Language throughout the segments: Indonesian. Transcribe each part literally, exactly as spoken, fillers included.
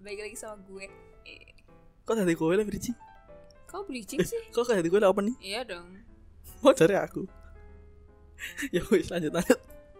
balik lagi sama gue. Eh. Kok tadi gue lah bridging? Kau bridging sih? Kok tadi gue lah apa nih? Iya dong. Mau cari aku. Ya wis lanjut lanjut.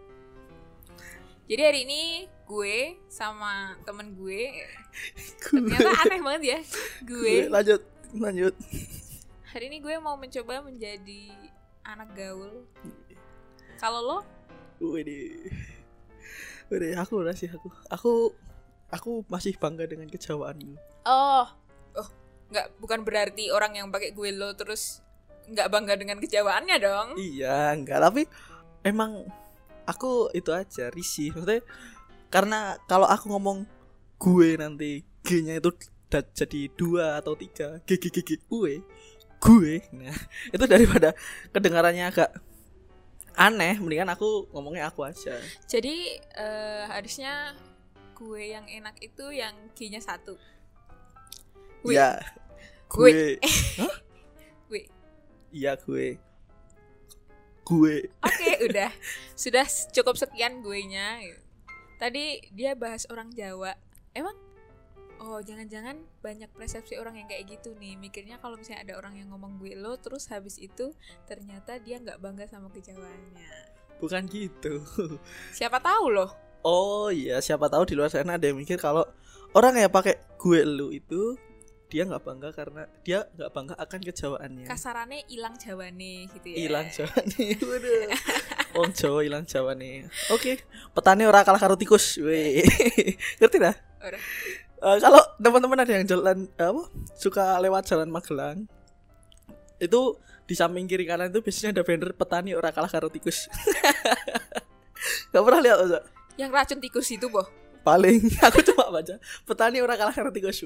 Jadi hari ini gue sama temen gue, ternyata aneh banget ya. Gue. Gue lanjut lanjut. Hari ini gue mau mencoba menjadi anak gaul. Kalau lo? Wih, Wih, aku udah sih aku. Aku aku masih bangga dengan kejawaanmu. Oh, oh, nggak, bukan berarti orang yang pakai gue lo terus nggak bangga dengan kejawaannya dong. Iya, enggak, tapi emang aku itu aja risih. Maksudnya karena kalau aku ngomong gue nanti G-nya itu da- jadi dua atau tiga, G G G G gue, gue. Nah, itu daripada kedengarannya agak aneh, mendingan aku ngomongnya aku aja. Jadi uh, harusnya gue yang enak itu yang G-nya satu. Gue. Iya. Gue. Gue. Hah? Gue. Iya gue. Gue. Oke, udah. Sudah cukup sekian gue-nya. Tadi dia bahas orang Jawa. Emang? Oh, jangan-jangan banyak persepsi orang yang kayak gitu nih. Mikirnya kalau misalnya ada orang yang ngomong gue lo, terus habis itu ternyata dia nggak bangga sama kejawaannya. Bukan gitu. Siapa tahu loh. Oh iya, siapa tahu di luar sana ada yang mikir kalau orang yang pakai gue lu itu dia nggak bangga karena dia nggak bangga akan kejawaannya. Kasarannya hilang jawane gitu ya. Hilang jawane, waduh. Wong Jawa hilang jawane. Oke, petani ora kalah karo tikus. Weh. Ngerti dah? Ora. Uh, kalau teman-teman ada yang jalan apa suka lewat jalan Magelang, itu di samping kiri kanan itu biasanya ada banner petani ora kalah karo tikus. Gak pernah lihat Oza? Yang racun tikus itu, boh. Paling aku cuma baca petani ora kalah karo tikus.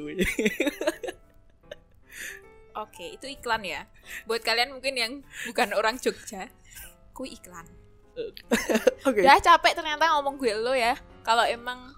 Oke, itu iklan ya. Buat kalian mungkin yang bukan orang Jogja, ku iklan. Oke. Udah capek ternyata ngomong gue lo ya. Kalau emang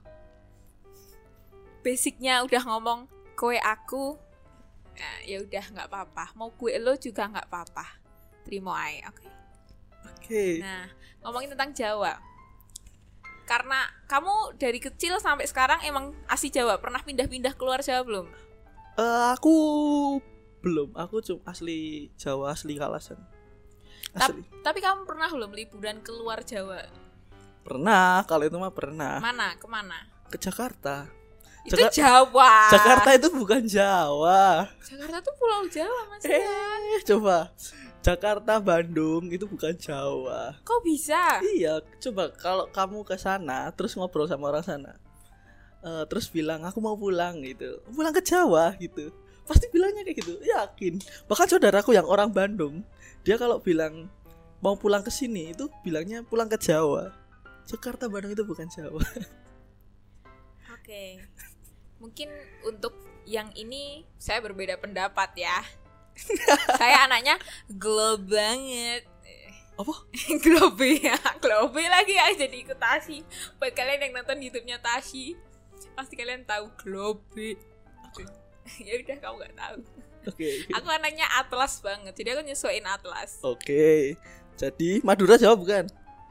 basicnya udah ngomong kowe aku, nah, ya udah nggak apa-apa. Mau gue lo juga nggak apa-apa. Terima aja, oke. Okay? Oke. Okay. Nah, ngomongin tentang Jawa. Karena kamu dari kecil sampai sekarang emang asli Jawa. Pernah pindah-pindah keluar Jawa belum? Uh, aku belum. Aku cuma asli Jawa, asli Kalasan. Asli. Ta- tapi kamu pernah belum liburan keluar Jawa? Pernah. Kalau itu mah pernah. Mana? Kemana? Ke Jakarta. Itu Jaka- Jawa. Jakarta itu bukan Jawa. Jakarta tuh Pulau Jawa, Mas. Eh, coba. Jakarta, Bandung itu bukan Jawa. Kok bisa? Iya, coba kalau kamu ke sana terus ngobrol sama orang sana. Uh, terus bilang aku mau pulang gitu. Pulang ke Jawa gitu. Pasti bilangnya kayak gitu. Yakin. Bahkan saudaraku yang orang Bandung, dia kalau bilang mau pulang ke sini itu bilangnya pulang ke Jawa. Jakarta, Bandung itu bukan Jawa. Oke. Okay. Mungkin untuk yang ini saya berbeda pendapat ya. Saya anaknya globe banget. Apa? Globe ya, globe lagi ya, jadi ikut Tashi. Buat kalian yang nonton YouTube-nya Tashi, pasti kalian tahu globe. Ya udah, kamu nggak tahu. Oke. Okay, okay. Aku anaknya Atlas banget, jadi aku nyesuaiin Atlas. Oke. Okay. Jadi Madura Jawa bukan?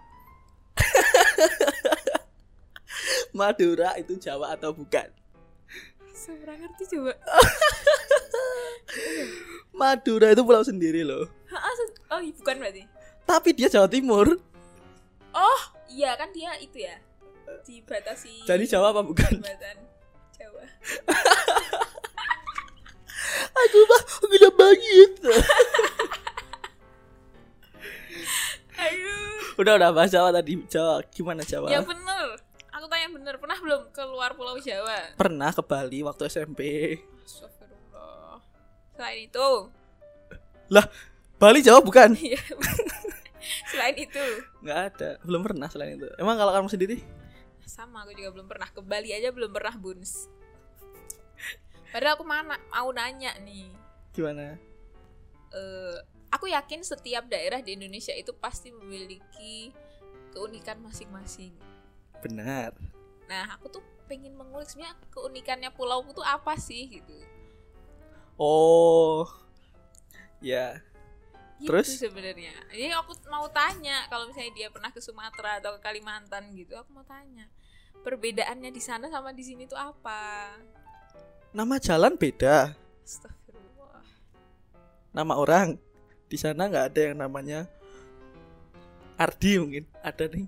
Madura itu Jawa atau bukan? Saya ngerti coba. Madura itu pulau sendiri loh. Oh, bukan berarti. Tapi dia Jawa Timur. Oh, iya kan dia itu ya. Dibatasi. Jadi Jawa apa bukan? Jabatan Jawa. Aku mah gila banget. Aduh. Udah udah bahas Jawa tadi. Jawa gimana Jawa? Ya bener. Aku tanya bener. Pernah belum keluar Pulau Jawa? Pernah ke Bali waktu S M P. Astagfirullah. Selain itu. Lah, Bali Jawa bukan? Selain itu. Nggak ada. Belum pernah selain itu. Emang kalau kamu sendiri? Sama, aku juga belum pernah. Ke Bali aja belum pernah, Buns. Padahal aku mana mau nanya nih. Gimana? Uh, aku yakin setiap daerah di Indonesia itu pasti memiliki keunikan masing-masing. Benar. Nah, aku tuh pengen mengulik sebenarnya keunikannya pulau itu apa sih gitu. Oh, ya. Gitu Terus? sebenarnya. Jadi aku mau tanya kalau misalnya dia pernah ke Sumatera atau ke Kalimantan gitu, aku mau tanya perbedaannya di sana sama di sini tuh apa? Nama jalan beda, Astagfirullah. nama orang di sana nggak ada yang namanya Ardi, mungkin ada nih.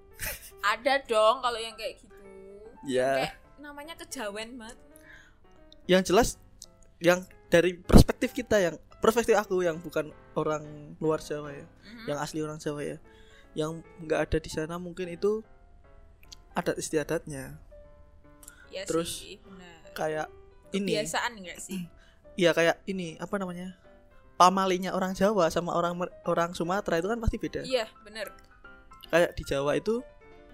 Ada dong kalau yang kayak gitu. Ya. Kayak namanya kejawen banget. Yang jelas yang dari perspektif kita, yang perspektif aku yang bukan orang luar Jawa ya, Mhm. yang asli orang Jawa ya, yang nggak ada di sana mungkin itu adat istiadatnya. Ya Terus sih, benar. Kayak ini, Kebiasaan enggak sih? iya kayak ini apa namanya, pamalinya orang Jawa sama orang orang Sumatera itu kan pasti beda. Iya, benar. Kayak di Jawa itu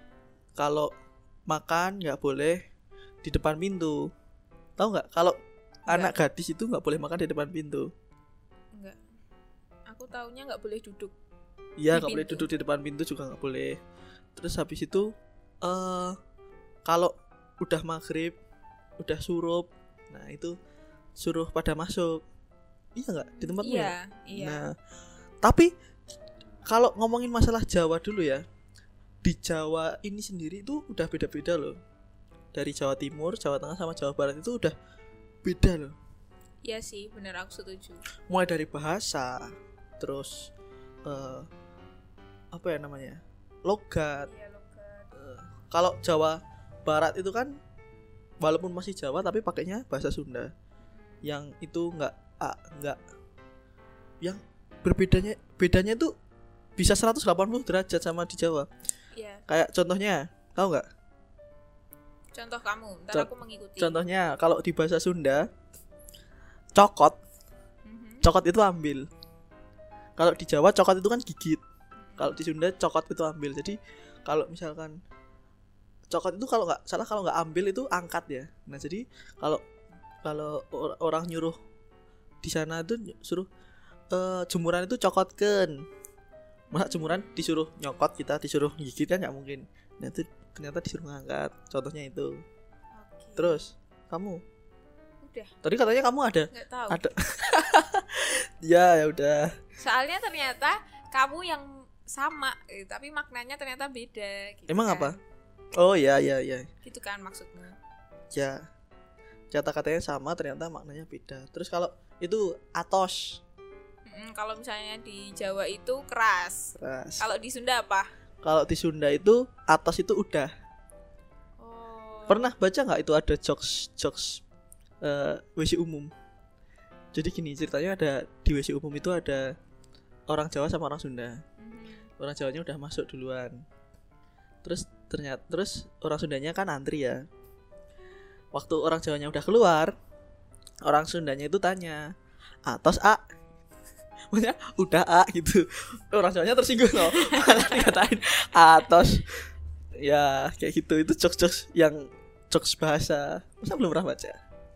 kalau makan nggak boleh di depan pintu, tahu nggak? Kalau anak gadis itu nggak boleh makan di depan pintu. Enggak. Aku taunya nggak boleh duduk. Iya, Di nggak boleh pintu. duduk di depan pintu juga nggak boleh. Terus habis itu eh kalau udah maghrib, udah surup, nah itu suruh pada masuk. Iya nggak di tempatmu? Iya, ya? iya. Nah, tapi kalau ngomongin masalah Jawa dulu ya, di Jawa ini sendiri itu udah beda-beda loh. Dari Jawa Timur, Jawa Tengah sama Jawa Barat itu udah beda loh. Iya sih, benar, aku setuju. Mulai dari bahasa, terus eh, apa ya namanya, logat. Iya, logat. Eh, kalau Jawa Barat itu kan walaupun masih Jawa tapi pakainya bahasa Sunda, yang itu nggak ah, nggak yang berbedanya bedanya tuh bisa seratus delapan puluh derajat sama di Jawa. Iya. Kayak contohnya, tahu nggak? Contoh kamu, ntar Con- aku mengikuti. Contohnya kalau di bahasa Sunda, cokot, Mhm. cokot itu ambil. Kalau di Jawa cokot itu kan gigit. Kalau di Sunda cokot itu ambil. Jadi kalau misalkan cokot itu kalau nggak salah, kalau nggak ambil itu angkat ya. Nah jadi kalau kalau or- orang nyuruh di sana itu suruh eh, jemuran itu cokotken. Masa jemuran disuruh nyokot, kita disuruh gigit kan nggak mungkin. Nah itu ternyata disuruh ngangkat. Contohnya itu. Oke. Terus kamu Udah, tadi katanya kamu ada nggak tahu. ada. Ya ya udah. Soalnya ternyata kamu yang sama, eh, tapi maknanya ternyata beda. Gitu Emang kan. apa? Oh ya ya ya. Gitu kan maksudnya. Ya. Kata-katanya sama ternyata maknanya beda. Terus kalau itu atos, Mm, kalau misalnya di Jawa itu keras. keras. Kalau di Sunda apa? Kalau di Sunda itu atos itu udah. Oh. Pernah baca nggak itu ada jokes jokes uh, W C umum? Jadi gini ceritanya, ada di W C umum itu ada orang Jawa sama orang Sunda. Mhm. Orang Jawanya udah masuk duluan. Terus ternyata terus orang Sundanya kan antri ya. Waktu orang Jawanya udah keluar, orang Sundanya itu tanya, "Atos A?" Maksudnya udah A gitu. Orang Jawanya tersinggung loh. Malah dikatain atos. Ya kayak gitu. Itu jokes-jokes yang jokes bahasa. Masa belum pernah baca?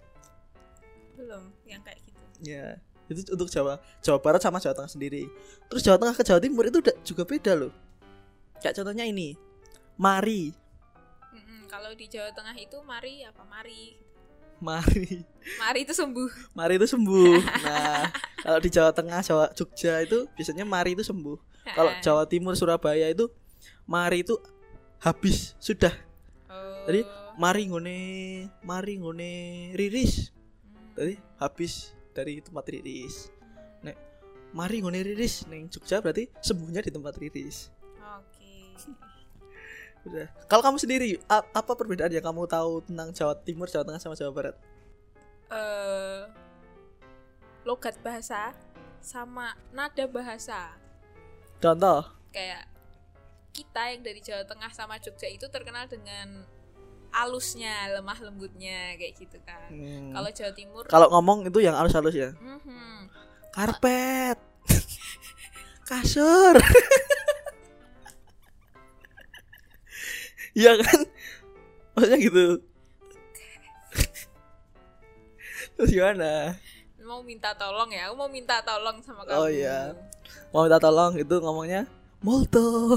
Belum, yang kayak gitu. Ya, itu untuk Jawa Jawa Barat sama Jawa Tengah sendiri. Terus Jawa Tengah ke Jawa Timur itu udah juga beda loh. Kayak contohnya ini, mari, Mm-mm, kalau di Jawa Tengah itu mari apa mari? mari, Mari itu sembuh. mari itu sembuh. Nah, kalau di Jawa Tengah, Jawa Jogja itu biasanya mari itu sembuh. Kalau Jawa Timur, Surabaya itu mari itu habis, sudah. Oh. Jadi mari ngone, mari ngone riris. Hmm. Tadi habis dari tempat riris. Nek mari ngone riris neng Jogja berarti sembuhnya di tempat riris. Oke. Udah. Kalau kamu sendiri a- apa perbedaan yang kamu tahu tentang Jawa Timur, Jawa Tengah sama Jawa Barat? Eh, logat bahasa sama nada bahasa. Contoh. Kayak kita yang dari Jawa Tengah sama Jogja itu terkenal dengan alusnya, lemah lembutnya kayak gitu kan. Hmm. Kalau Jawa Timur, Kalau ngomong itu yang halus-halus ya. mhm. Karpet. Kasur. Iya kan? Maksudnya gitu. Terus gimana? Mau minta tolong ya, aku mau minta tolong sama kamu. Oh iya. Mau minta tolong itu ngomongnya molto.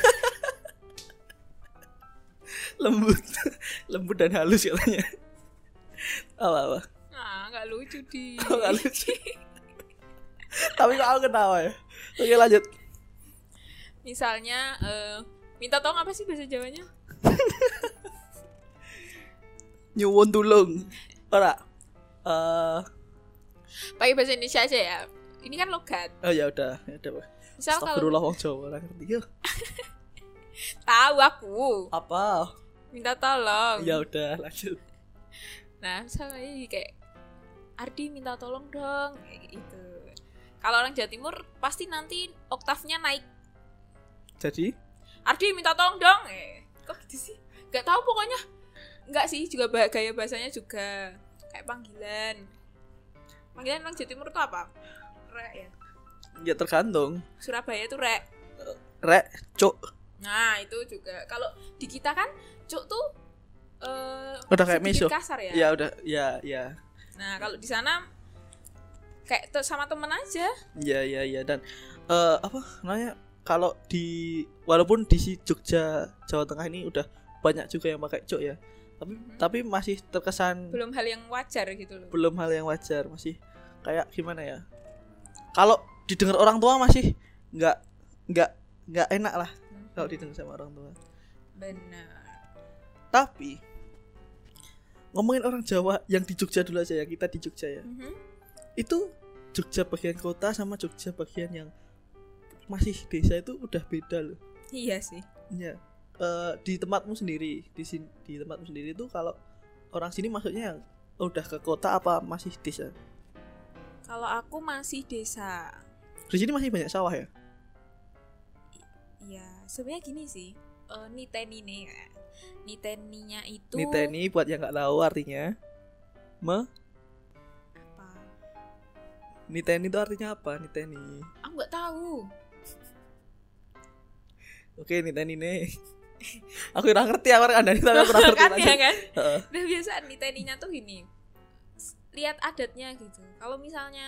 Lembut. Lembut dan halus katanya. Apa-apa? Ah, nggak lucu di. Oh, nggak lucu. Tapi kok aku ketawa ya. Oke lanjut. Misalnya eh, minta tolong apa sih bahasa Jawanya? Nyuwun tulung. Ora. Eh, Pakai bahasa Indonesia aja ya. Ini kan logat. oh ya udah, ya udah. Misal kalau Astagfirullah wong Jawa ora ngerti. Yo. tahu aku Apa? minta tolong. Ya udah, lanjut. Nah, misalnya kayak Ardi minta tolong dong kayak gitu. Kalau orang Jawa Timur pasti nanti oktavnya naik. Jadi, Ardi minta tolong dong. Eh, kok gitu sih? Gak tahu pokoknya. Enggak sih, juga bah- gaya bahasanya juga kayak panggilan. Panggilan orang Jawa Timur itu apa? Rek ya. ya tergantung. Surabaya itu rek. Rek, cuk. Nah, itu juga. Kalau di kita kan cuk tuh eh Udah kayak sedikit meso. kasar ya. Ya udah, ya ya. Nah, kalau di sana kayak te- sama temen aja. Ya ya ya dan eh apa namanya? Kalau di walaupun di si Jogja, Jawa Tengah ini udah banyak juga yang pakai cuk ya. Tapi Mhm. tapi masih terkesan Belum hal yang wajar gitu loh. belum hal yang wajar, masih kayak gimana ya? Kalau didengar orang tua masih nggak nggak nggak enak lah Mhm. kalau didengar sama orang tua. Benar. Tapi ngomongin orang Jawa yang di Jogja dulu aja ya, kita di Jogja ya. Mhm. Itu Jogja bagian kota sama Jogja bagian yang masih desa itu udah beda loh. Iya sih. Ya. Eh, di tempatmu sendiri, di sini di tempatmu sendiri itu kalau orang sini maksudnya yang udah ke kota apa masih desa? Kalau aku masih desa. Di sini masih banyak sawah ya? Iya, sebenarnya gini sih. Eh niteni nih. Niteninya itu Niteni buat yang nggak tahu artinya, me apa? niteni itu artinya apa? Niteni. Aku nggak tahu. Oke, niteni nih. Aku udah ngerti aku kan dari tapi aku kurang ngerti kan lagi. ya kan? Heeh. Udah biasa niteninya tuh gini. Lihat adatnya gitu. Kalau misalnya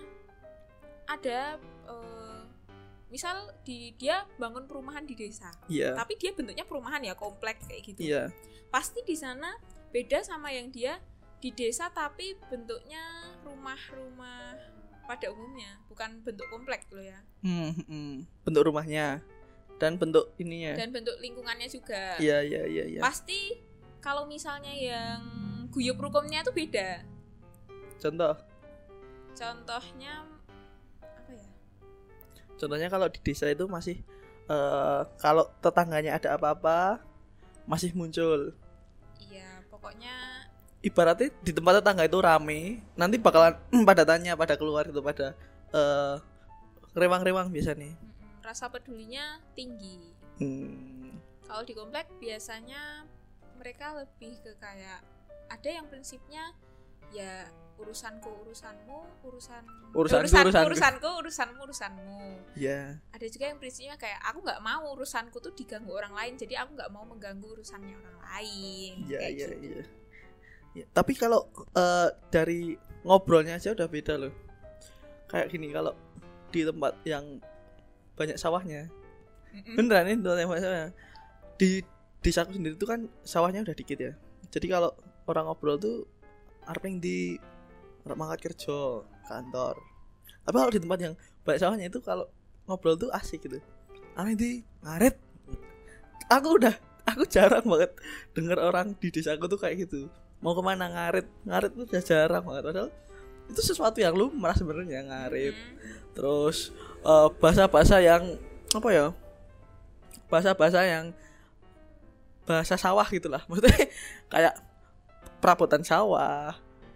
ada eh, misal di dia bangun perumahan di desa. Iya. Tapi dia bentuknya perumahan ya, kompleks kayak gitu. Iya. Pasti di sana beda sama yang dia di desa tapi bentuknya rumah-rumah pada umumnya, bukan bentuk kompleks loh ya. Hmm, hmm. Bentuk rumahnya dan bentuk ininya. Dan bentuk lingkungannya juga. Iya, iya, iya, iya. Pasti kalau misalnya yang guyub rukunnya itu beda. Contoh. Contohnya apa ya? Contohnya kalau di desa itu masih eh, kalau tetangganya ada apa-apa masih muncul. Iya, pokoknya Ibaratnya di tempat tetangga itu rame, nanti bakalan pada tanya, pada keluar itu pada eh, rewang-rewang biasa nih. mm-mm, rasa pedulinya tinggi. Hmm. Kalau di komplek biasanya mereka lebih ke kayak ada yang prinsipnya ya urusanku urusanmu urusan Urusanku, urusanku urusanku. urusanku urusanmu urusanmu. Ya. Ada juga yang prinsipnya kayak aku nggak mau urusanku tuh diganggu orang lain, jadi aku nggak mau mengganggu urusannya orang lain. Iya, Kayak iya, gitu. iya. Ya, tapi kalau eh, dari ngobrolnya aja udah beda loh. Kayak gini, kalau di tempat yang banyak sawahnya, Mm-mm. beneran ini tempat yang banyak sawahnya. Di desaku sendiri tuh kan sawahnya udah dikit ya. Jadi kalau orang ngobrol tuh arep ning di arep mangkat kerja, kantor. Tapi kalau di tempat yang banyak sawahnya itu kalau ngobrol tuh asik gitu. Arep di ngaret. Aku udah aku jarang banget denger orang di desaku tuh kayak gitu. Mau kemana ngarit, ngarit tuh udah jarang banget. Padahal itu sesuatu yang lumrah sebenarnya ngarit. Mm. Terus eh, bahasa-bahasa yang apa ya? Bahasa-bahasa yang bahasa sawah gitulah. Maksudnya kayak perabotan sawah.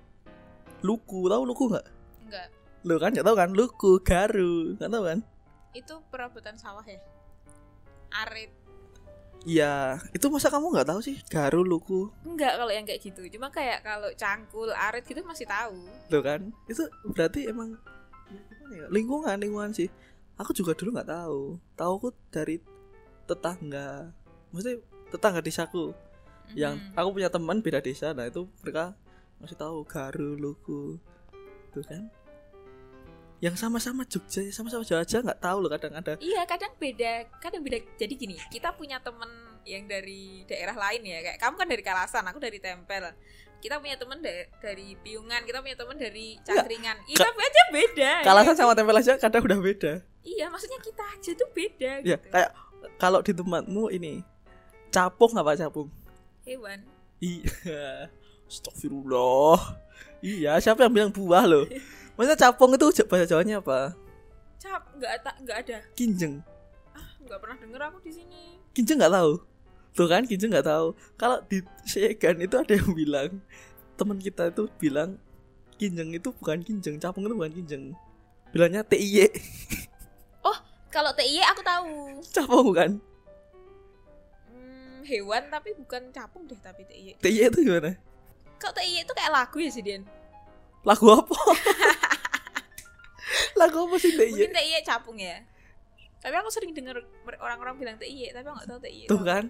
Luku, tahu luku enggak? Enggak, Lu kan enggak tahu kan? Luku, garu, enggak tahu kan? itu perabotan sawah ya. Arit. Iya, itu masa kamu enggak tahu sih? Garu, luku. Enggak kalau yang kayak gitu. Cuma kayak kalau cangkul, arit gitu masih tahu. Tuh kan? Itu berarti emang ya gimana ya? Lingkungan, lingkungan sih. Aku juga dulu enggak tahu. Tahu aku dari tetangga. Maksudnya tetangga desaku. Yang Mhm. aku punya teman beda desa, nah itu mereka masih tahu garu, luku. Tuh kan? Yang sama-sama Jogja, sama-sama Jawa aja nggak tahu loh, kadang ada. Iya, kadang beda, kadang beda. Jadi gini, kita punya temen yang dari daerah lain ya, kayak kamu kan dari Kalasan, aku dari Tempel. Kita punya temen da- dari Piungan, kita punya temen dari Cangkringan. Iya, Ka- aja beda. Kalasan ya. sama Tempel aja kadang udah beda. Iya, maksudnya kita aja tuh beda Ya, gitu. kayak kalau di tempatmu ini capung apa capung? Hewan. Iya. Astagfirullah. Iya, siapa yang bilang buah loh? Maksudnya capung itu bahasa Jawanya apa? Cap, enggak tak enggak ada. Kinjeng. Ah, enggak pernah denger aku di sini. Kinjeng enggak tahu. Tuh kan, Kinjeng enggak tahu. Kalau di Segan itu ada yang bilang, teman kita itu bilang kinjeng itu bukan kinjeng, capung itu bukan kinjeng. Bilangnya T I Y. Oh, kalau T I Y aku tahu. Capung bukan? Hmm, hewan tapi bukan capung deh tapi T I Y. T I Y itu gimana? Kok T I Y itu kayak lagu ya sih, Dian? Lagu apa? Lagu apa sih T I Y? Mungkin T I Y capung ya. Tapi aku sering dengar orang-orang bilang T I Y, tapi aku gak tahu T I Y. Tuh kan?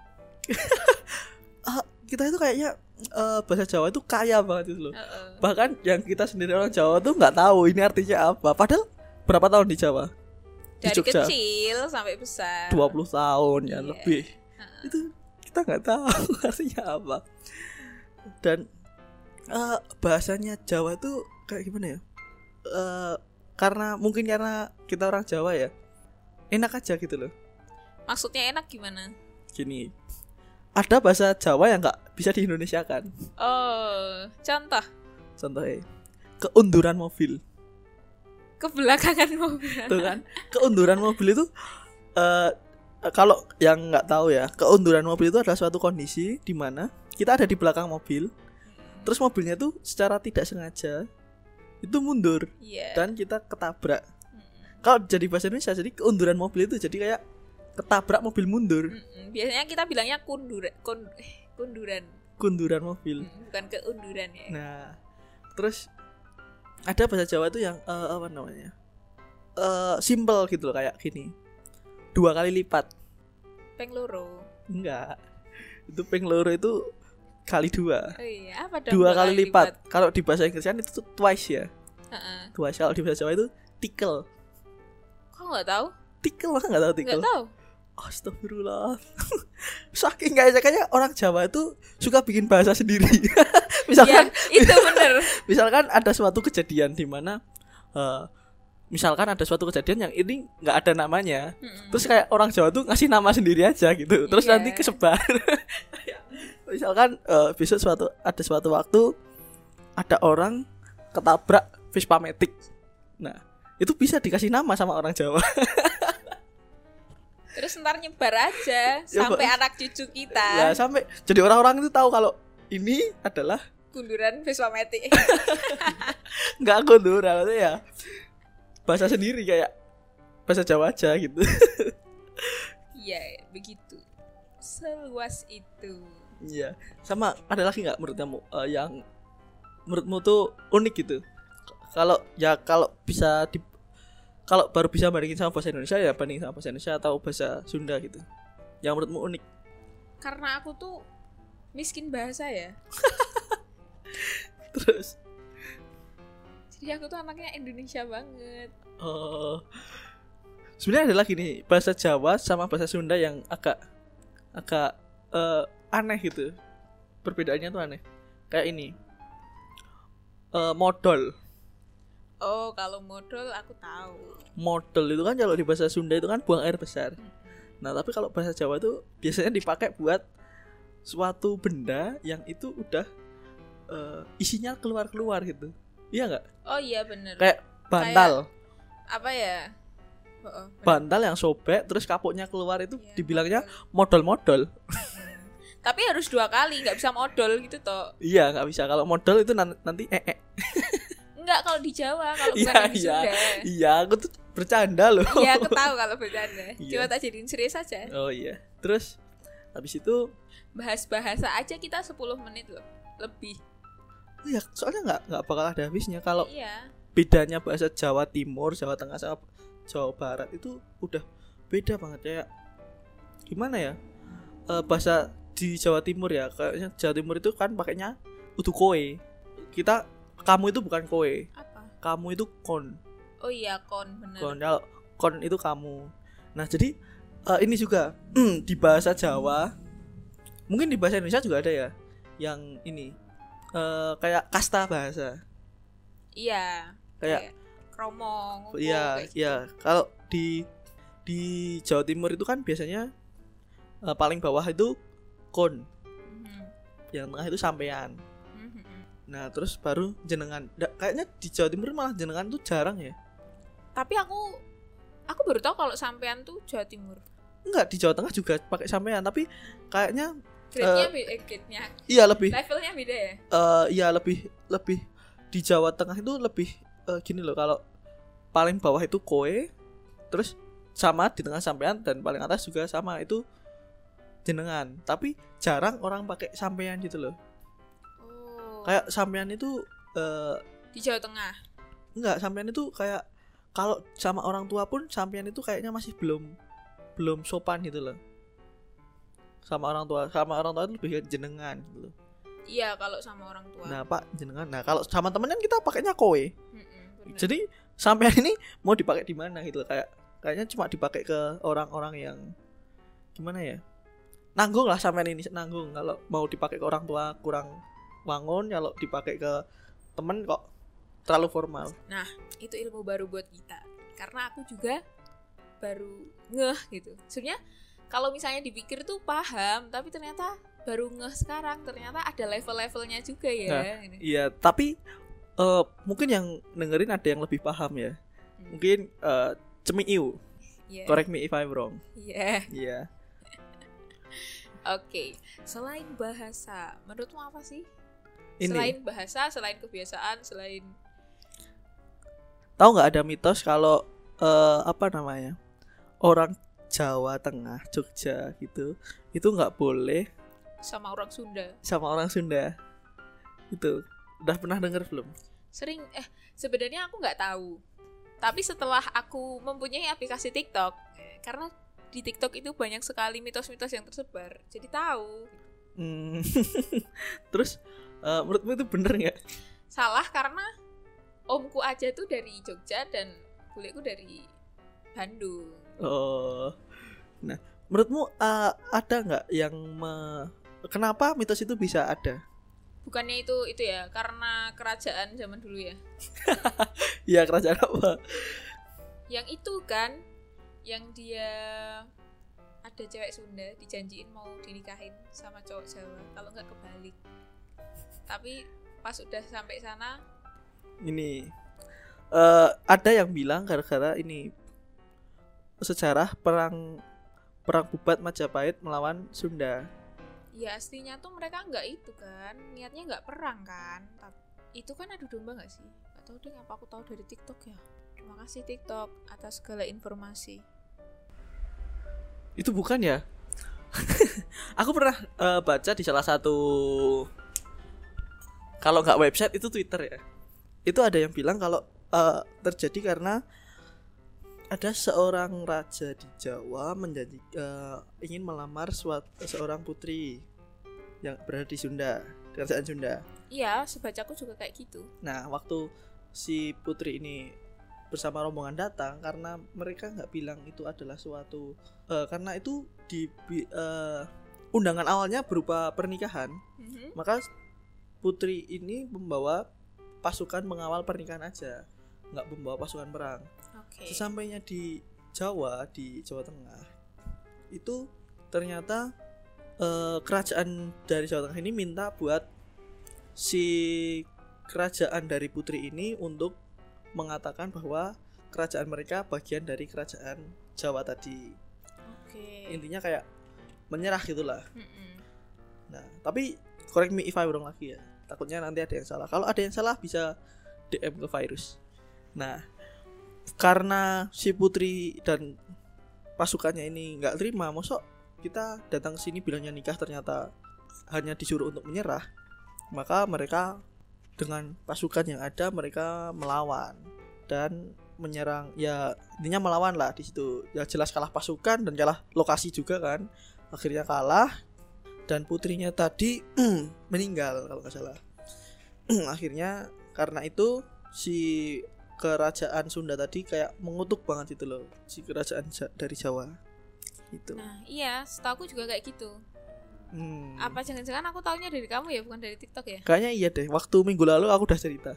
uh, kita itu kayaknya uh, bahasa Jawa itu kaya banget itu loh. Uh-uh. Bahkan yang kita sendiri orang Jawa tuh nggak tahu ini artinya apa. Padahal berapa tahun di Jawa? Di Dari Jogja? kecil sampai besar. dua puluh tahun ya Iya. lebih. Uh-uh. Itu kita nggak tahu artinya apa. Dan uh, bahasanya Jawa itu kayak gimana ya? Uh, karena mungkin karena kita orang Jawa ya, enak aja gitu loh. Maksudnya enak gimana? Gini, ada bahasa Jawa yang nggak bisa diindonesiakan. Oh, contoh Contohnya keunduran mobil. kebelakangan mobil. Tuh kan, keunduran mobil itu uh, kalau yang nggak tahu ya, keunduran mobil itu adalah suatu kondisi di mana kita ada di belakang mobil, terus mobilnya tuh secara tidak sengaja itu mundur Iya. dan kita ketabrak. Kalau jadi bahasa Indonesia, jadi keunduran mobil itu jadi kayak ketabrak mobil mundur. Mm-mm. Biasanya kita bilangnya kundur, kun, eh, kunduran, Kunduran mobil. Mm, bukan keunduran ya. Nah, terus ada bahasa Jawa tuh yang uh, apa namanya? Uh, simple gitu loh, kayak gini. Dua kali lipat. Peng loro. Enggak. Itu peng loro itu kali dua. Oh iya, apa dong? Dua kali lipat. Kalau di bahasa Inggris kan itu tuh twice ya. Uh-uh. Twice. Kalau di bahasa Jawa itu tickle. Kok nggak tahu? Tickle mah enggak tahu tickle. Nggak tahu. Astagfirullah. Saking kayaknya kayaknya orang Jawa itu suka bikin bahasa sendiri. Misalkan Ya, itu bener. misalkan ada suatu kejadian di mana uh, misalkan ada suatu kejadian yang ini nggak ada namanya, Mm-mm. terus kayak orang Jawa tuh ngasih nama sendiri aja gitu, terus Iya. nanti kesebar. Misalkan uh, besok suatu ada suatu waktu ada orang ketabrak Vespa Matic, nah itu bisa dikasih nama sama orang Jawa. Terus ntar nyebar aja Ya, sampai Mbak. anak cucu Ya kita. sampai jadi orang-orang itu tahu kalau ini adalah Kunduran Vespa Matic. nggak kunduran, maksudnya ya bahasa sendiri kayak bahasa Jawa aja gitu. Iya, begitu. Seluas itu. Iya. Sama ada lagi nggak menurut kamu uh, yang menurutmu tuh unik gitu? Kalau ya kalau bisa di kalau baru bisa bandingin sama bahasa Indonesia ya bandingin sama bahasa Indonesia atau bahasa Sunda gitu. Yang menurutmu unik? Karena aku tuh miskin bahasa ya. Terus Jadi aku tuh anaknya Indonesia banget. uh, sebenarnya ada lagi nih bahasa Jawa sama bahasa Sunda yang agak agak uh, aneh gitu. Perbedaannya tuh aneh. Kayak ini. Uh, modal. Oh, kalau modal aku tahu. Modal itu kan kalau di bahasa Sunda itu kan buang air besar. Nah, tapi kalau bahasa Jawa itu biasanya dipakai buat suatu benda yang itu udah uh, isinya keluar-keluar gitu. Iya nggak? Oh iya bener. Kayak bantal. Apa ya? Oh, oh, bener. Bantal yang sobek terus kapuknya keluar itu Iya, dibilangnya betul. modal-modal. Tapi harus dua kali, nggak bisa modal gitu toh. Iya, nggak bisa. Kalau modal itu nan- nanti eh eh. Enggak kalau di Jawa, kalau bukan Iya, yang di iya. Sunda. Iya, aku tuh bercanda loh. Iya, aku tahu kalau bercanda. Iya. Coba tak jadiin serius aja. Oh iya. Terus habis itu Bahas bahasa aja kita sepuluh menit loh. Lebih. ya soalnya nggak nggak bakal ada habisnya kalau Iya. bedanya bahasa Jawa Timur, Jawa Tengah sama Jawa Barat itu udah beda banget kayak gimana ya? E, bahasa di Jawa Timur ya, kayaknya Jawa Timur itu kan pakainya udu koe. Kita kamu itu bukan koe. Apa? Kamu itu kon. Oh iya, kon bener. Kon kalau kon itu kamu. Nah, jadi e, ini juga di bahasa Jawa mungkin di bahasa Indonesia juga ada ya yang ini e, kayak kasta bahasa. Iya. Kayak kromong. Iya, kayak gitu. iya. Kalau di di Jawa Timur itu kan biasanya uh, paling bawah itu kon, Mhm. yang tengah itu sampean. Hmm. Nah terus baru jenengan. Da, kayaknya di Jawa Timur malah jenengan tuh jarang ya. Tapi aku aku baru tahu kalau sampean tuh Jawa Timur. Enggak, di Jawa Tengah juga pakai sampean, tapi kayaknya grade-nya uh, be- eh, grade-nya iya lebih levelnya beda ya. uh, iya lebih lebih di Jawa Tengah itu lebih uh, gini loh, kalau paling bawah itu koe, terus sama di tengah sampean, dan paling atas juga sama itu jenengan. Tapi jarang orang pakai sampean gitu loh. Oh. Kayak sampean itu uh, Di Jawa Tengah. enggak, sampean itu kayak kalau sama orang tua pun sampean itu kayaknya masih belum belum sopan gitu loh. Sama orang tua, sama orang tua itu lebih kayak jenengan gitu loh. Iya, kalau sama orang tua. Nah, Pak, jenengan. Nah, kalau sama temen kan kita pakainya kowe. Mm-mm, bener. Jadi sampean ini mau dipakai di mana gitu loh. Kayak kayaknya cuma dipakai ke orang-orang yang gimana ya? Nanggung lah, sampean ini nanggung. Kalau mau dipakai ke orang tua kurang wangun, kalau dipakai ke temen kok terlalu formal. Nah, itu ilmu baru buat kita. Karena aku juga baru ngeh gitu. Sebenarnya kalau misalnya dipikir tuh paham, tapi ternyata baru ngeh sekarang. Ternyata ada level-levelnya juga ya. Nah, gitu. iya, tapi uh, mungkin yang dengerin ada yang lebih paham ya. Hmm. Mungkin uh, cemiu. Yeah. Correct me if I'm wrong. Iya. Iya. Yeah. Oke. Okay. Selain bahasa, menurutmu apa sih? Ini. Selain bahasa, selain kebiasaan, selain Tahu nggak ada mitos kalau uh, apa namanya, orang Jawa Tengah, Jogja gitu, itu nggak boleh sama orang Sunda. sama orang Sunda. Itu udah pernah dengar belum? Sering eh sebenarnya aku nggak tahu. Tapi setelah aku mempunyai aplikasi TikTok, karena di TikTok itu banyak sekali mitos-mitos yang tersebar, jadi tahu. Hmm. Terus uh, menurutmu itu bener nggak? Salah karena omku aja tuh dari Jogja dan buleku dari Bandung. Oh, nah menurutmu uh, ada nggak yang me... kenapa mitos itu bisa ada? Bukannya itu itu ya karena kerajaan zaman dulu ya? Ya kerajaan apa? Yang itu kan, yang dia ada cewek Sunda dijanjiin mau dinikahin sama cowok Jawa, kalau nggak kebalik. Tapi pas udah sampai sana, Ini uh, ada yang bilang gara-gara ini sejarah perang perang Bubat Majapahit melawan Sunda. ya aslinya tuh mereka nggak itu kan, niatnya nggak perang kan. Itu kan adu domba nggak sih? Gak tahu deh, apa aku tahu dari TikTok ya. Terima kasih TikTok atas segala informasi. Itu bukan ya? Aku pernah uh, baca di salah satu, kalau nggak website itu Twitter ya. Itu ada yang bilang kalau uh, terjadi karena ada seorang raja di Jawa menjanji uh, ingin melamar suatu seorang putri yang berada di Sunda, di kerajaan Sunda. Iya, sebacaku juga kayak gitu. Nah, waktu si putri ini bersama rombongan datang, karena mereka nggak bilang itu adalah suatu uh, karena itu di uh, undangan awalnya berupa pernikahan, Mm-hmm. maka putri ini membawa pasukan mengawal pernikahan aja, nggak membawa pasukan perang. Oke. Sesampainya di Jawa, di Jawa Tengah, itu ternyata eh, kerajaan dari Jawa Tengah ini minta buat si kerajaan dari putri ini untuk mengatakan bahwa kerajaan mereka bagian dari kerajaan Jawa tadi. Oke. Intinya kayak menyerah gitulah. Mm-mm. Nah, tapi correct me if I'm wrong lagi ya. Takutnya nanti ada yang salah. Kalau ada yang salah bisa D M ke Virus. Nah, karena si putri dan pasukannya ini nggak terima, mosok kita datang sini bilangnya nikah ternyata hanya disuruh untuk menyerah, maka mereka dengan pasukan yang ada mereka melawan dan menyerang, ya intinya melawan lah di situ. Ya jelas kalah pasukan dan kalah lokasi juga kan. Akhirnya kalah dan putrinya tadi meninggal kalau nggak salah. Akhirnya karena itu si kerajaan Sunda tadi kayak mengutuk banget itu loh, si kerajaan dari Jawa gitu. Nah, iya, setahu aku juga kayak gitu. Hmm. Apa jangan-jangan aku taunya dari kamu ya, bukan dari TikTok ya? Kayaknya iya deh. Waktu minggu lalu aku udah cerita.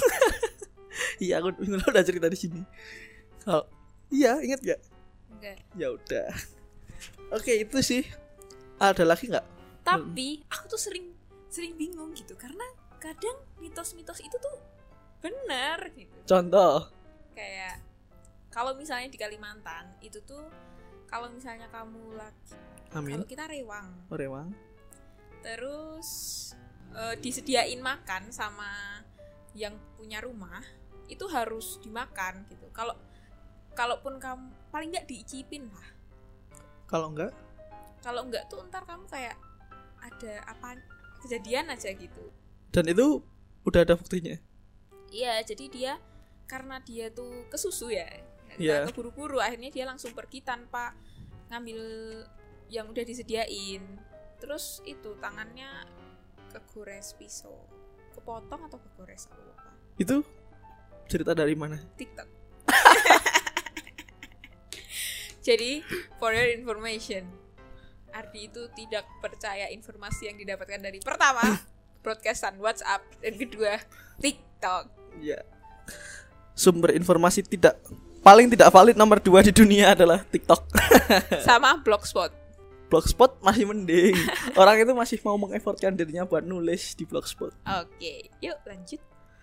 Iya, aku minggu lalu udah cerita di sini. Kalau iya, ingat gak? Enggak. Ya udah. Oke, itu sih. Ada lagi nggak? Tapi aku tuh sering sering bingung gitu karena kadang mitos-mitos itu tuh benar gitu. Contoh. Kayak kalau misalnya di Kalimantan itu tuh kalau misalnya kamu lagi Amin. kalau kita rewang. Oh, rewang. Terus uh, disediain makan sama yang punya rumah itu harus dimakan gitu. Kalau kalaupun kamu paling nggak diicipin lah. Kalau enggak? Kalau enggak tuh ntar kamu kayak ada apa kejadian aja gitu. Dan itu udah ada buktinya. Iya, jadi dia karena dia tuh kesusu ya, yeah. keburu-buru akhirnya dia langsung pergi tanpa ngambil yang udah disediain. Terus itu tangannya kegores pisau, kepotong atau kegores aku lupa. Itu cerita dari mana? TikTok. Jadi for your information, Ardi itu tidak percaya informasi yang didapatkan dari pertama broadcastan WhatsApp dan kedua TikTok. Ya. Sumber informasi tidak paling tidak valid nomor dua di dunia adalah TikTok. Sama Blogspot. Blogspot masih mending. Orang itu masih mau mengeffortkan dirinya buat nulis di Blogspot. Oke, yuk lanjut.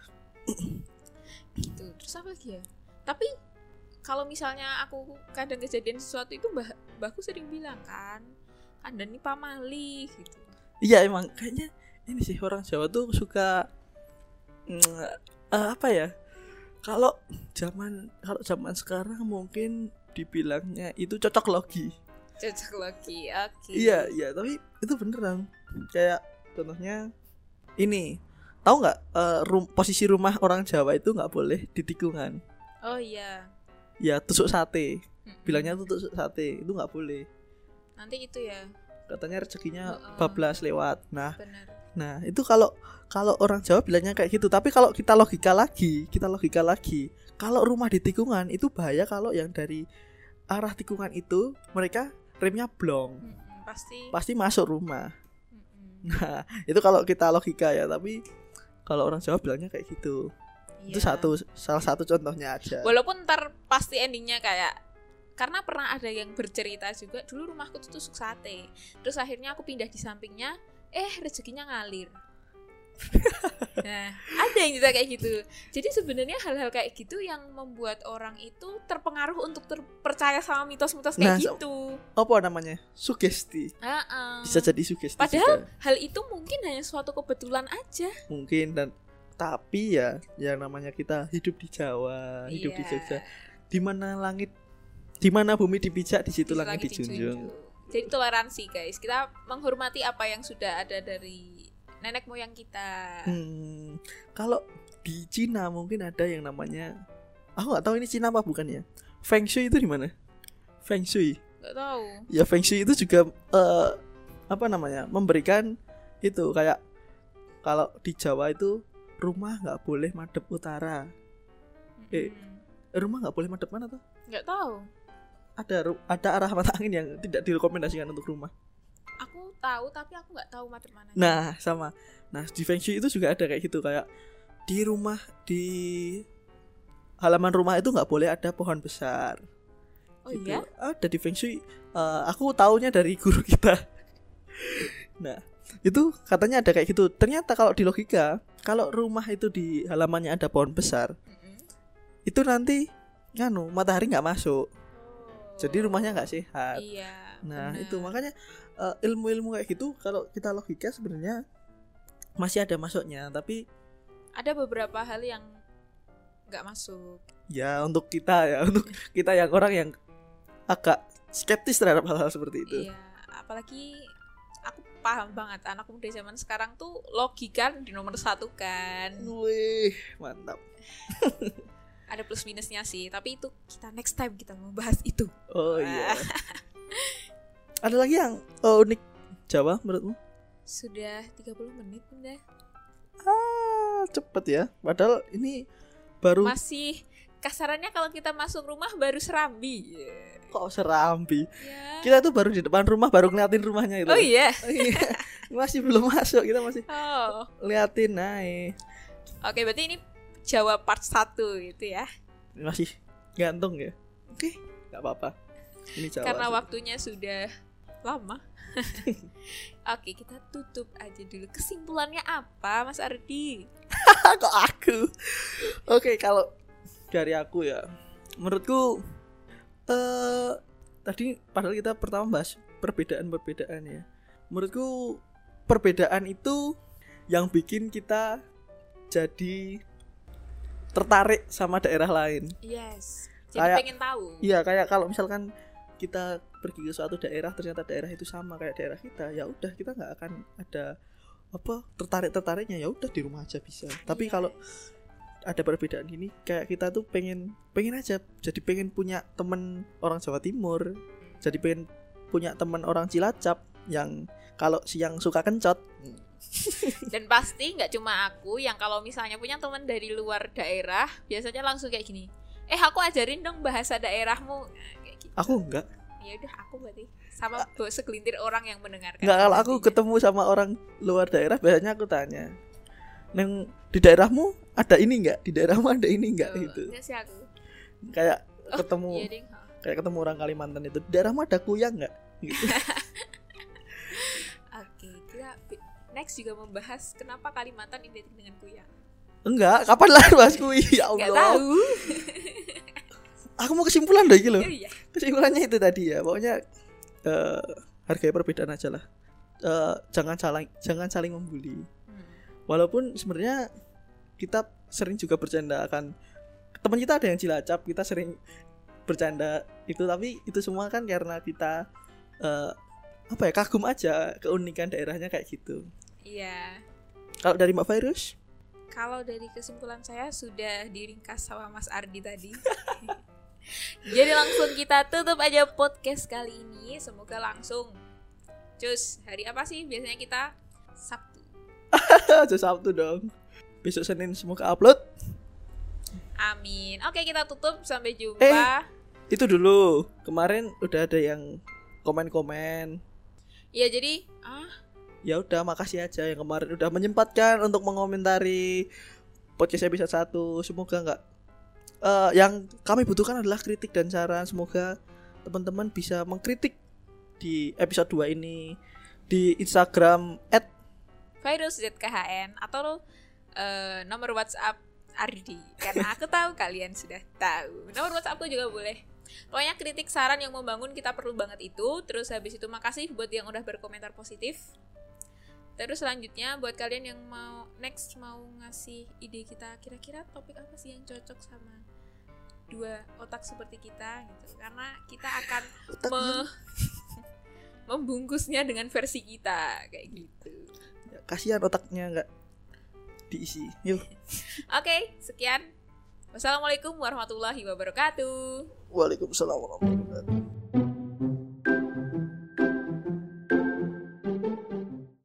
Gitu. Terus apa lagi ya? Tapi kalau misalnya aku kadang kejadian sesuatu itu mbah mbahku sering bilang kan, Anda nih pamali gitu. Iya emang kayaknya ini sih orang Jawa tuh suka mm, uh, apa ya? Kalau zaman kalau zaman sekarang mungkin dibilangnya itu cocok logi. Cocok logi, oke. Okay. Iya iya tapi itu beneran. Kayak contohnya ini, tahu nggak uh, rum- posisi rumah orang Jawa itu nggak boleh di tikungan. Oh iya. Ya tusuk sate, mm-hmm. bilangnya tuh tusuk sate itu nggak boleh. Nanti itu ya. Katanya rezekinya uh-uh. bablas lewat. Nah, bener. Nah itu kalau kalau orang Jawa bilangnya kayak gitu. Tapi kalau kita logika lagi, kita logika lagi. Kalau rumah di tikungan itu bahaya kalau yang dari arah tikungan itu mereka remnya blong, mm-hmm. pasti pasti masuk rumah. Mm-hmm. Nah itu kalau kita logika ya. Tapi kalau orang Jawa bilangnya kayak gitu. Itu yeah. satu salah satu contohnya aja. Walaupun ntar pasti endingnya kayak, karena pernah ada yang bercerita juga, dulu rumahku tuh tusuk sate, terus akhirnya aku pindah di sampingnya, eh rezekinya ngalir. Nah ada yang juga kayak gitu. Jadi sebenarnya hal-hal kayak gitu yang membuat orang itu terpengaruh untuk terpercaya sama mitos-mitos kayak nah, gitu. Apa namanya? Sugesti. Uh-uh. Bisa jadi sugesti. Padahal juga. Hal itu mungkin hanya suatu kebetulan aja. Mungkin dan tapi ya yang namanya kita hidup di Jawa, hidup yeah. di Jogja, di mana langit, di mana bumi dipijak, di situ langit dijunjung. Jadi toleransi guys, kita menghormati apa yang sudah ada dari nenek moyang kita. Hmm, kalau di Cina mungkin ada yang namanya, aku nggak tahu ini Cina apa bukan ya. Feng Shui itu di mana? Feng Shui. Nggak tahu. Ya Feng Shui itu juga uh, apa namanya, memberikan itu kayak kalau di Jawa itu rumah nggak boleh madep utara. Mm-hmm. Eh, rumah nggak boleh madep mana tuh? Nggak tahu. Ada ada arah mata angin yang tidak direkomendasikan untuk rumah. Aku tahu tapi aku nggak tahu madep mana. Nah sama. Nah di Feng Shui itu juga ada kayak gitu, kayak di rumah, di halaman rumah itu nggak boleh ada pohon besar. Oh gitu. Iya? Ada di Feng Shui. Uh, aku taunya dari guru kita. Nah itu katanya ada kayak gitu. Ternyata kalau di logika, kalau rumah itu di halamannya ada pohon besar, mm-hmm. itu nanti nganu matahari nggak masuk, oh. jadi rumahnya nggak sehat. Iya, nah bener. Itu makanya uh, ilmu-ilmu kayak gitu kalau kita logika sebenarnya masih ada masuknya, tapi ada beberapa hal yang nggak masuk. Ya untuk kita ya, untuk kita yang orang yang agak skeptis terhadap hal-hal seperti itu. Iya, apalagi aku paham banget anak muda zaman sekarang tuh logika di nomor satu kan. Wih, mantap. Ada plus minusnya sih, tapi itu kita next time kita mau bahas itu. Oh iya. Ada lagi yang oh, unik Jawa menurutmu? Sudah tiga puluh menit udah. Ah, cepet ya. Padahal ini baru masih kasarannya kalau kita masuk rumah baru serambi. Kok serambi? Ya. Kita tuh baru di depan rumah, baru ngeliatin rumahnya itu. Oh iya. Oh, iya. Masih belum masuk, kita masih oh. liatin naik. Oke, berarti ini Jawa part satu gitu ya. Masih gantung ya. Oke, enggak apa-apa. Ini Jawa. Karena sih. waktunya sudah lama. Oke, kita tutup aja dulu. Kesimpulannya apa, Mas Ardi? Kok aku? Oke, kalau dari aku ya, menurutku eh tadi padahal kita pertama bahas perbedaan-perbedaan ya. Menurutku perbedaan itu yang bikin kita jadi tertarik sama daerah lain. Yes. Jadi Kayak- pengen tahu. Iya, kayak kalau misalkan kita pergi ke suatu daerah ternyata daerah itu sama kayak daerah kita, ya udah kita nggak akan ada apa tertarik-tertariknya, ya udah di rumah aja bisa. Tapi Yes. kalau ada perbedaan ini kayak kita tuh pengen pengen aja jadi pengen punya temen orang Jawa Timur, jadi pengen punya temen orang Cilacap yang kalau siang suka kencot. Dan pasti nggak cuma aku yang kalau misalnya punya teman dari luar daerah biasanya langsung kayak gini. Eh, aku ajarin dong bahasa daerahmu. Nah, kayak gitu. Aku enggak. Ya udah, aku berarti sama bo- segelintir orang yang mendengarkan. Enggak, kalau aku Nantinya. ketemu sama orang luar daerah biasanya aku tanya, "Neng di daerahmu ada ini enggak? Di daerahmu ada ini enggak?" Oh, gitu. enggak sih aku. Kayak Oh, ketemu iya, ding. Oh. kayak ketemu orang Kalimantan itu, "Di daerahmu ada kuyang enggak?" gitu. Oke, kita bi- next juga membahas kenapa Kalimantan identik dengan kuyang. Enggak, kapan lah bahas kuy? Ya Enggak Allah. tahu. Aku mau kesimpulan deh gitu. Oh, iya. Kesimpulannya itu tadi ya. Pokoknya eh hargai perbedaan aja lah. Eh, jangan saling jangan saling membuli. Hmm. Walaupun sebenarnya kita sering juga bercanda akan teman kita ada yang Cilacap, kita sering bercanda itu, tapi itu semua kan karena kita eh, apa ya, kagum aja keunikan daerahnya kayak gitu. Iya. Kalau dari Mbak Virus? Kalau dari kesimpulan saya sudah diringkas sama Mas Ardi tadi. Jadi langsung kita tutup aja podcast kali ini. Semoga langsung. Cus, hari apa sih biasanya kita? Sabtu. Aja Sabtu dong. Besok Senin semoga upload. Amin. Oke, kita tutup. Sampai jumpa. Eh. Itu dulu. Kemarin udah ada yang komen-komen. Iya, jadi ah, Ya udah, makasih aja yang kemarin udah menyempatkan untuk mengomentari podcast episode satu. Semoga nggak eh, yang kami butuhkan adalah kritik dan saran. Semoga teman-teman bisa mengkritik di episode dua ini di Instagram at Virus Z K H N atau eh, nomor WhatsApp Ardi. Karena aku tahu kalian sudah tahu. Nomor WhatsAppku juga boleh. Pokoknya kritik saran yang membangun kita perlu banget itu. Terus habis itu makasih buat yang udah berkomentar positif. Terus selanjutnya buat kalian yang mau next mau ngasih ide kita, kira-kira topik apa sih yang cocok sama dua otak seperti kita gitu. Karena kita akan me- membungkusnya dengan versi kita kayak gitu. kasihan otaknya nggak diisi. Yuk. Oke, sekian. Wassalamualaikum warahmatullahi wabarakatuh. Waalaikumsalam warahmatullahi wabarakatuh.